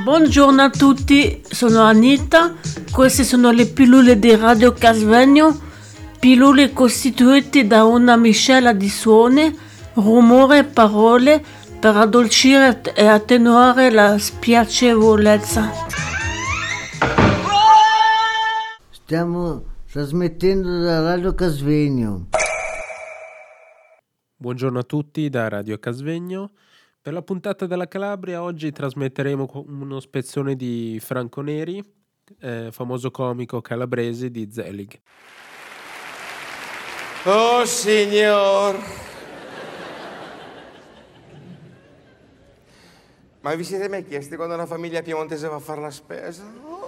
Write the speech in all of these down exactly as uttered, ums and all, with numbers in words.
Buongiorno a tutti, sono Anita, queste sono le pillole di Radio Casvegno, pillole costituite da una miscela di suoni, rumore e parole per addolcire e attenuare la spiacevolezza. Stiamo trasmettendo da Radio Casvegno. Buongiorno a tutti da Radio Casvegno. Per la puntata della Calabria oggi trasmetteremo uno spezzone di Franco Neri, eh, famoso comico calabrese di Zelig. Oh signor! Ma vi siete mai chiesti quando una famiglia piemontese va a fare la spesa? Oh.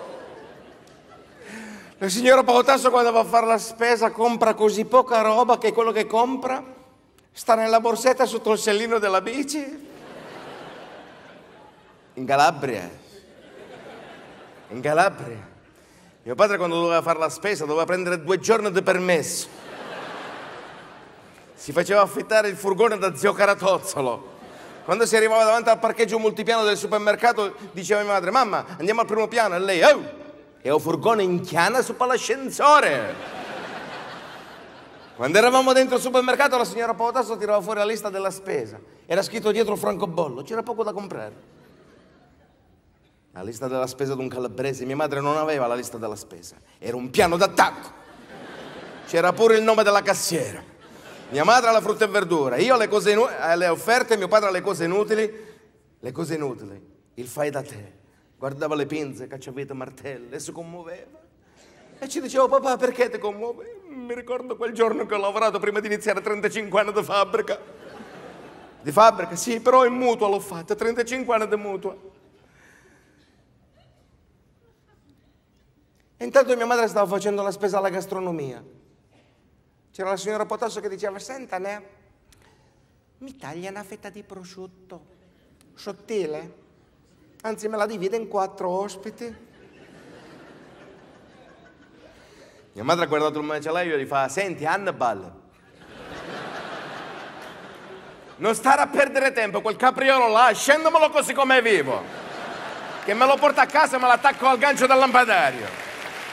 La signora Paotasso quando va a fare la spesa compra così poca roba che quello che compra sta nella borsetta sotto il sellino della bici. In Calabria. In Calabria. Mio padre quando doveva fare la spesa doveva prendere due giorni di permesso. Si faceva affittare il furgone da zio Caratozzolo. Quando si arrivava davanti al parcheggio multipiano del supermercato diceva mia madre: mamma, andiamo al primo piano. E lei: oh, è un furgone in chiana su l'ascensore. Quando eravamo dentro il supermercato la signora Paotasso tirava fuori la lista della spesa. Era scritto dietro francobollo, c'era poco da comprare. La lista della spesa di un calabrese, mia madre non aveva la lista della spesa, era un piano d'attacco. C'era pure il nome della cassiera. Mia madre alla frutta e verdura, io alle cose inutili, alle offerte, mio padre alle cose inutili. Le cose inutili, il fai da te. Guardava le pinze, cacciavite, martelli e si commuoveva. E ci dicevo: papà, perché ti commuovi? Mi ricordo quel giorno che ho lavorato prima di iniziare trentacinque anni di fabbrica. Di fabbrica? Sì, però in mutua l'ho fatta, trentacinque anni di mutua. E intanto mia madre stava facendo la spesa alla gastronomia. C'era la signora Paotasso che diceva: senta, ne, mi taglia una fetta di prosciutto sottile? Anzi, me la divide in quattro ospiti. Mia madre ha guardato il macellaio e gli fa: senti, Hannibal, non stare a perdere tempo, quel capriolo là, scendamelo così com'è vivo, che me lo porta a casa e me l'attacco al gancio del lampadario.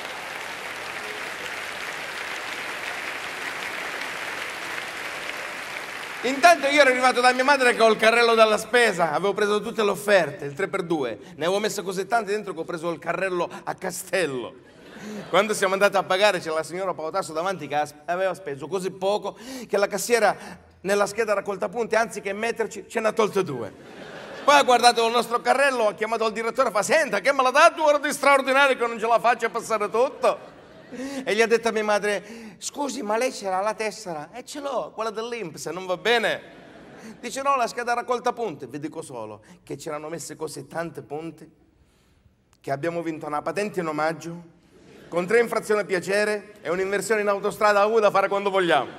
Intanto io ero arrivato da mia madre che ho il carrello della spesa, avevo preso tutte le offerte, il tre per due, ne avevo messe così tante dentro che ho preso il carrello a castello. Quando siamo andati a pagare c'era la signora Paotasso davanti che aveva speso così poco che la cassiera nella scheda raccolta punti, anziché metterci, ce n'ha tolte due. Poi ha guardato il nostro carrello, ha chiamato il direttore e fa: senta, che me la dà due ore di straordinario che non ce la faccio a passare tutto? E gli ha detto a mia madre: scusi, ma lei c'era la tessera? E ce l'ho, quella dell'I N P S, non va bene? Dice: no, la scheda raccolta punti. Vi dico solo che c'erano messe così tante punti che abbiamo vinto una patente in omaggio con tre infrazioni a piacere e un'inversione in autostrada a U da fare quando vogliamo.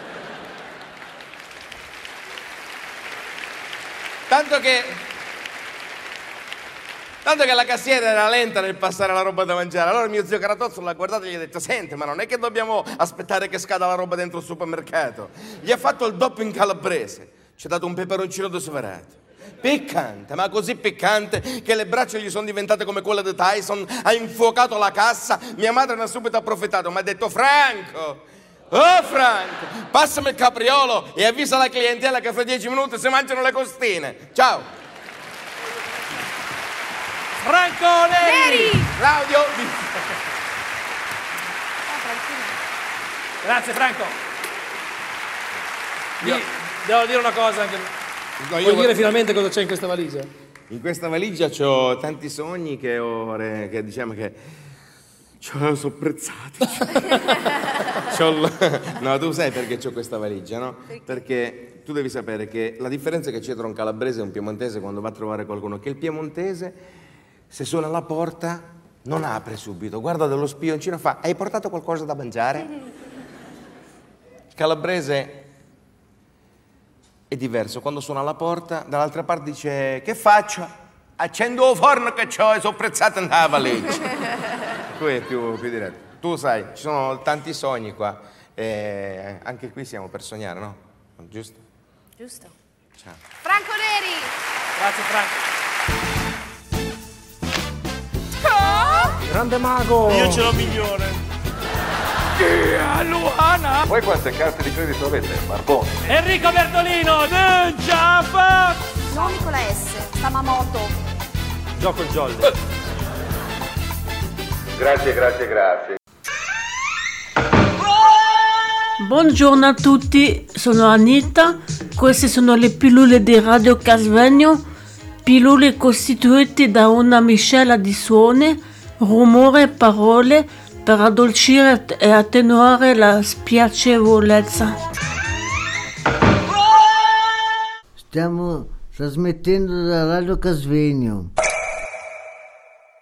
Tanto che tanto che la cassiera era lenta nel passare la roba da mangiare. Allora mio zio Caratozzo l'ha guardato e gli ha detto: senti, ma non è che dobbiamo aspettare che scada la roba dentro il supermercato. Gli ha fatto il doppio in calabrese, ci ha dato un peperoncino desoverato, piccante, ma così piccante che le braccia gli sono diventate come quelle di Tyson. Ha infuocato la cassa. Mia madre ne ha subito approfittato, mi ha detto: Franco, oh Franco, passami il capriolo e avvisa la clientela che fra dieci minuti si mangiano le costine. Ciao. Franco Neri! Neri! Claudio! Grazie Franco. Io devo dire una cosa anche. No, Puoi io dire voglio... finalmente cosa c'è in questa valigia? In questa valigia c'ho tanti sogni che ho, che diciamo che c'ho sopprezzati. c'ho l... No, tu sai perché c'ho questa valigia, no? Perché? Perché tu devi sapere che la differenza che c'è tra un calabrese e un piemontese quando va a trovare qualcuno, che il piemontese, se suona alla porta, non apre subito, guarda dallo spioncino e fa: hai portato qualcosa da mangiare? Il calabrese è diverso, quando suona alla porta, dall'altra parte dice: che faccio? Accendo il forno che c'ho e sono prezzato nella valigia. Qui è più, più diretto. Tu sai, ci sono tanti sogni qua, e anche qui siamo per sognare, no? Giusto? Giusto. Ciao. Franco Neri! Grazie Franco. Grande mago! Io ce l'ho migliore. Luana! Voi quante carte di credito avete? Barbone. Enrico Bertolino! Ninja Fox! No, Nicola S. Tamamoto. Gioco il jolly. Grazie, grazie, grazie. Buongiorno a tutti, sono Anita, queste sono le pillole di Radio Casvegno, pillole costituite da una miscela di suoni, rumore e parole per addolcire e attenuare la spiacevolezza. Stiamo trasmettendo da Radio Casvegno.